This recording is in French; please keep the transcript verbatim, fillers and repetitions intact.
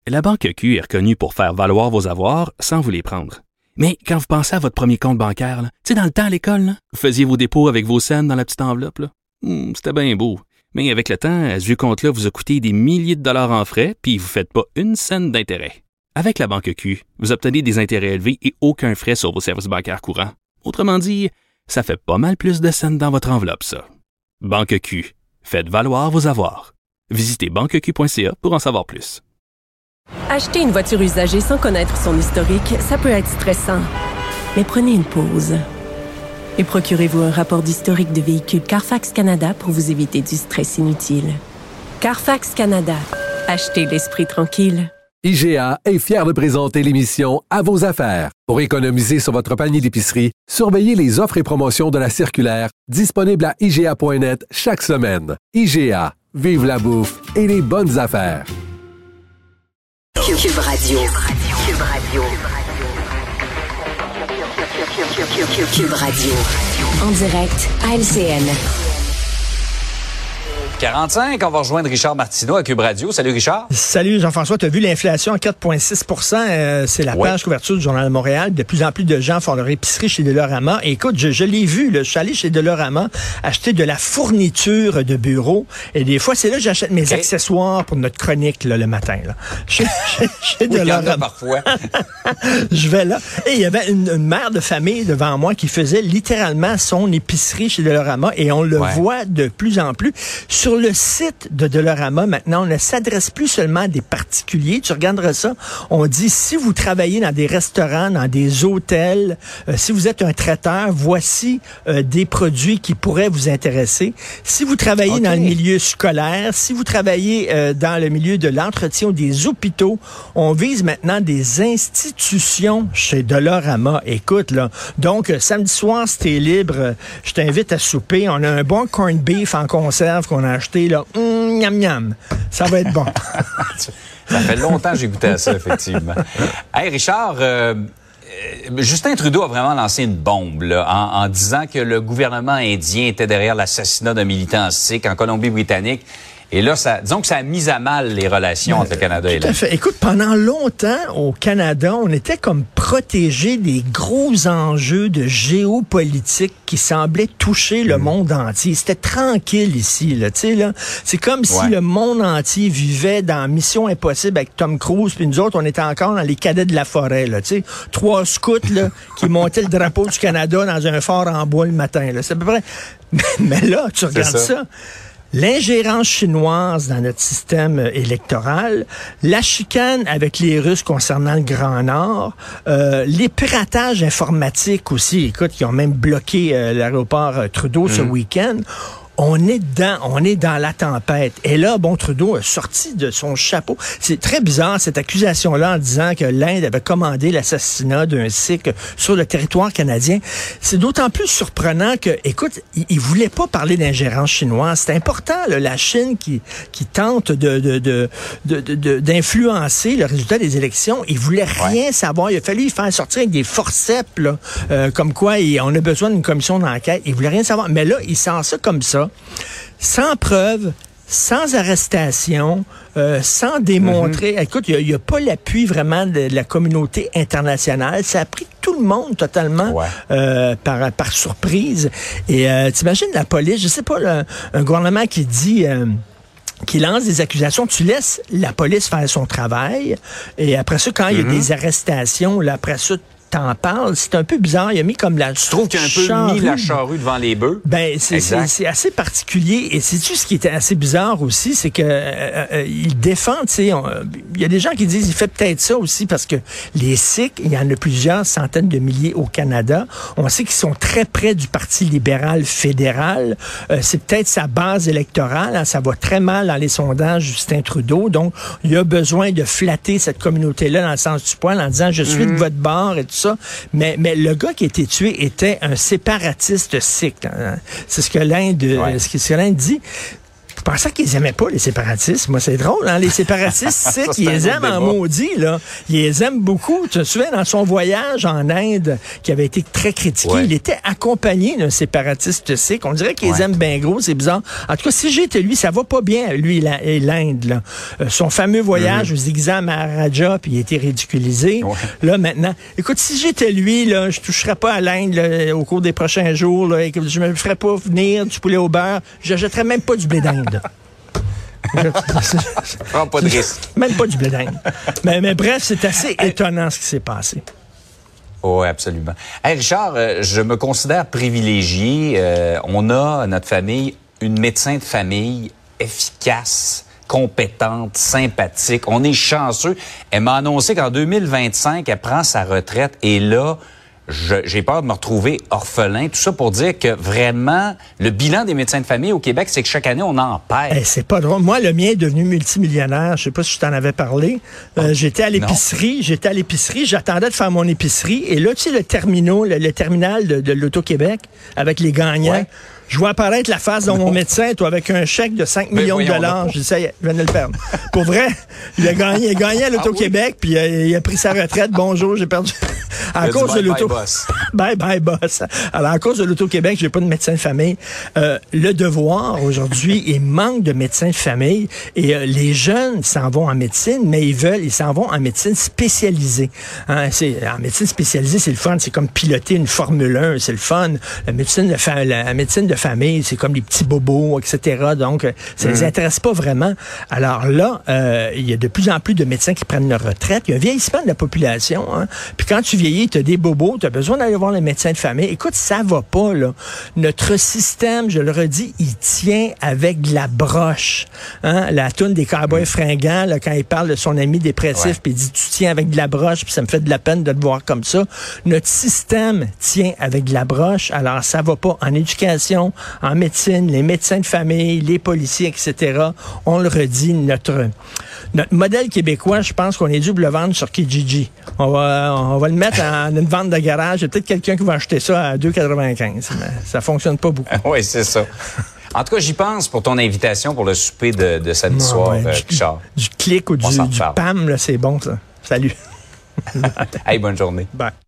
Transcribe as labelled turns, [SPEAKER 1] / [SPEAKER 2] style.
[SPEAKER 1] La Banque Q est reconnue pour faire valoir vos avoirs sans vous les prendre. Mais quand vous pensez à votre premier compte bancaire, tu sais, dans le temps à l'école, là, vous faisiez vos dépôts avec vos scènes dans la petite enveloppe. Là. Hum, c'était bien beau. Mais avec le temps, ce vieux compte-là vous a coûté des milliers de dollars en frais, puis vous ne faites pas une scène d'intérêt. Avec la Banque Q, vous obtenez des intérêts élevés et aucun frais sur vos services bancaires courants. Autrement dit, ça fait pas mal plus de scènes dans votre enveloppe, ça. Banque Q. Faites valoir vos avoirs. Visitez banque q point c a pour en savoir plus.
[SPEAKER 2] Acheter une voiture usagée sans connaître son historique, ça peut être stressant. Mais prenez une pause. Et procurez-vous un rapport d'historique de véhicule Carfax Canada pour vous éviter du stress inutile. Carfax Canada. Achetez l'esprit tranquille.
[SPEAKER 3] I G A est fier de présenter l'émission À vos affaires. Pour économiser sur votre panier d'épicerie, surveillez les offres et promotions de la circulaire disponible à I G A point net chaque semaine. I G A. Vive la bouffe et les bonnes affaires.
[SPEAKER 4] Cube, Cube Radio. Cube Radio. Cube Radio. En direct à L C N.
[SPEAKER 5] quarante-cinq, on va rejoindre Richard Martineau à Cube Radio. Salut Richard.
[SPEAKER 6] Salut Jean-François, tu as vu l'inflation à quatre virgule six pour cent, euh, c'est la page oui. couverture du Journal de Montréal. De plus en plus de gens font leur épicerie chez Dollarama. Et écoute, je, je l'ai vu, là, je suis allé chez Dollarama acheter de la fourniture de bureau. Et des fois, c'est là que j'achète mes okay. accessoires pour notre chronique là, le matin. Là. Chez, chez, chez oui, Dollarama.
[SPEAKER 5] Parfois.
[SPEAKER 6] Je vais là. Et il y avait une, une mère de famille devant moi qui faisait littéralement son épicerie chez Dollarama. Et on le ouais. voit de plus en plus. Sur le site de Dollarama, maintenant, on ne s'adresse plus seulement à des particuliers. Tu regarderas ça. On dit, si vous travaillez dans des restaurants, dans des hôtels, euh, si vous êtes un traiteur, voici euh, des produits qui pourraient vous intéresser. Si vous travaillez okay. dans le milieu scolaire, si vous travaillez euh, dans le milieu de l'entretien ou des hôpitaux, on vise maintenant des institutions chez Dollarama. Écoute, là. Donc, euh, samedi soir, si t'es libre, euh, je t'invite à souper. On a un bon corned beef en conserve qu'on a acheté, là. Mmh, miam, miam. Ça va être bon.
[SPEAKER 5] Ça fait longtemps que j'ai goûté à ça, effectivement. Hey, Richard, euh, Justin Trudeau a vraiment lancé une bombe là, en, en disant que le gouvernement indien était derrière l'assassinat d'un militant sikh en Colombie-Britannique. Et là, ça, disons que ça a mis à mal les relations entre le Canada et l'Inde.
[SPEAKER 6] Écoute, pendant longtemps, au Canada, on était comme protégés des gros enjeux de géopolitique qui semblaient toucher le mmh. monde entier. C'était tranquille ici, là, tu sais, là. C'est comme ouais. si le monde entier vivait dans Mission Impossible avec Tom Cruise, puis nous autres, on était encore dans les cadets de la forêt, là, tu sais. Trois scouts, là, qui montaient le drapeau du Canada dans un fort en bois le matin, là. C'est à peu près... Mais là, tu regardes ça. ça L'ingérence chinoise dans notre système électoral, la chicane avec les Russes concernant le Grand Nord, euh, les piratages informatiques aussi, écoute, qui ont même bloqué euh, l'aéroport euh, Trudeau mmh. ce week-end. On est dans, on est dans la tempête. Et là, bon, Trudeau a sorti de son chapeau. C'est très bizarre, cette accusation-là, en disant que l'Inde avait commandé l'assassinat d'un Sikh sur le territoire canadien. C'est d'autant plus surprenant que, écoute, il, il voulait pas parler d'ingérence chinoise. C'est important, là, la Chine qui, qui tente de, de, de, de, de, d'influencer le résultat des élections. Il voulait rien ouais. savoir. Il a fallu faire sortir avec des forceps, là, euh, comme quoi il, on a besoin d'une commission d'enquête. Il voulait rien savoir. Mais là, il sent ça comme ça. Sans preuve, sans arrestation, euh, sans démontrer. Mm-hmm. Écoute, il n'y a, a pas l'appui vraiment de, de la communauté internationale. Ça a pris tout le monde totalement ouais. euh, par, par surprise. Et euh, t'imagines la police, je sais pas, là, un gouvernement qui dit... Euh, qui lance des accusations, tu laisses la police faire son travail, et après ça, quand il mm-hmm. y a des arrestations, là, après ça, t'en parles, c'est un peu bizarre. Il a mis comme la
[SPEAKER 5] Je trouve qu'il a un peu charrue. mis la charrue devant les bœufs.
[SPEAKER 6] Ben, c'est, c'est, c'est assez particulier. Et sais-tu ce qui était assez bizarre aussi, c'est que euh, euh, il défend, tu sais, il y a des gens qui disent il fait peut-être ça aussi parce que les Sikhs, il y en a plusieurs centaines de milliers au Canada. On sait qu'ils sont très près du Parti libéral fédéral. Euh, c'est peut-être sa base électorale. Hein, ça va très mal dans les sondages, Justin Trudeau. Donc, il a besoin de flatter cette communauté-là dans le sens du poil en disant je suis mm-hmm. de votre bord et tout ça. Mais, mais le gars qui a été tué était un séparatiste sikh. Hein. C'est ce que l'Inde, ouais. ce que l'Inde dit. Je pensais qu'ils aimaient pas, les séparatistes. Moi, c'est drôle, hein? Les séparatistes, c'est qu'ils les aiment en maudit, là. Ils les aiment beaucoup. Tu te souviens, dans son voyage en Inde, qui avait été très critiqué, ouais. il était accompagné d'un séparatiste sikh. On dirait qu'ils ouais. les aiment bien gros, c'est bizarre. En tout cas, si j'étais lui, ça va pas bien, lui et l'Inde, là. Euh, son fameux voyage mm-hmm. aux Zigzag Maharaja, puis il a été ridiculisé. Ouais. Là, maintenant, écoute, si j'étais lui, là, je toucherais pas à l'Inde là, au cours des prochains jours. Là, et que je me ferais pas venir du poulet au beurre. Je jetterais même pas du blé d'Inde.
[SPEAKER 5] Prends pas de risque.
[SPEAKER 6] Même pas du blé d'Inde. Mais, mais bref, c'est assez étonnant ce qui s'est passé.
[SPEAKER 5] Oui, absolument. Hey, Richard, euh, je me considère privilégié. Euh, on a, notre famille, une médecin de famille efficace, compétente, sympathique. On est chanceux. Elle m'a annoncé qu'en deux mille vingt-cinq, elle prend sa retraite. Et là, je, j'ai peur de me retrouver orphelin. Tout ça pour dire que vraiment, le bilan des médecins de famille au Québec, c'est que chaque année, on en perd.
[SPEAKER 6] Eh, c'est pas drôle. Moi, le mien est devenu multimillionnaire. Je sais pas si je t'en avais parlé. Euh, oh, j'étais à l'épicerie. Non. J'étais à l'épicerie. J'attendais de faire mon épicerie. Et là, tu sais, le terminal, le, le terminal de, de l'Auto-Québec, avec les gagnants, ouais. je vois apparaître la face de mon médecin, toi, avec un chèque de cinq millions de dollars. Je dis, ça y est, je viens de le perdre. Pour vrai, il a gagné, il a gagné à l'Auto-Québec, ah, oui? puis euh, il a pris sa retraite. Bonjour, j'ai perdu. À cause de
[SPEAKER 5] bye
[SPEAKER 6] l'auto.
[SPEAKER 5] Bye, boss.
[SPEAKER 6] Bye bye boss. Alors à cause de l'Auto-Québec, j'ai pas de médecin de famille. Euh, le Devoir aujourd'hui, il manque de médecins de famille et euh, les jeunes s'en vont en médecine, mais ils veulent, ils s'en vont en médecine spécialisée. Hein, c'est en médecine spécialisée, c'est le fun, c'est comme piloter une Formule un, c'est le fun. La médecine de fa- la médecine de famille, c'est comme les petits bobos, et cetera. Donc ça mmh. les intéresse pas vraiment. Alors là, euh, il y a de plus en plus de médecins qui prennent leur retraite. Il y a un vieillissement de la population. Hein. Puis quand tu vieillis, tu as des bobos, tu as besoin d'aller voir le médecin de famille. Écoute, ça va pas, là. Notre système, je le redis, il tient avec de la broche. Hein? La toune des cowboys fringants, là, quand il parle de son ami dépressif, ouais. puis il dit, tu tiens avec de la broche, puis ça me fait de la peine de te voir comme ça. Notre système tient avec de la broche, alors ça va pas en éducation, en médecine, les médecins de famille, les policiers, et cetera. On le redit, notre, notre modèle québécois, je pense qu'on est dû le vendre sur Kijiji. On va, on va le mettre en une vente de garage. Il y a peut-être quelqu'un qui va acheter ça à deux quatre-vingt-quinze. Mais ça fonctionne pas beaucoup.
[SPEAKER 5] Oui, c'est ça. En tout cas, j'y pense pour ton invitation pour le souper de, de samedi non, soir, ouais, euh,
[SPEAKER 6] du,
[SPEAKER 5] Richard.
[SPEAKER 6] Du clic ou du, du P A M, là, c'est bon, ça. Salut.
[SPEAKER 5] Hey, bonne journée.
[SPEAKER 6] Bye.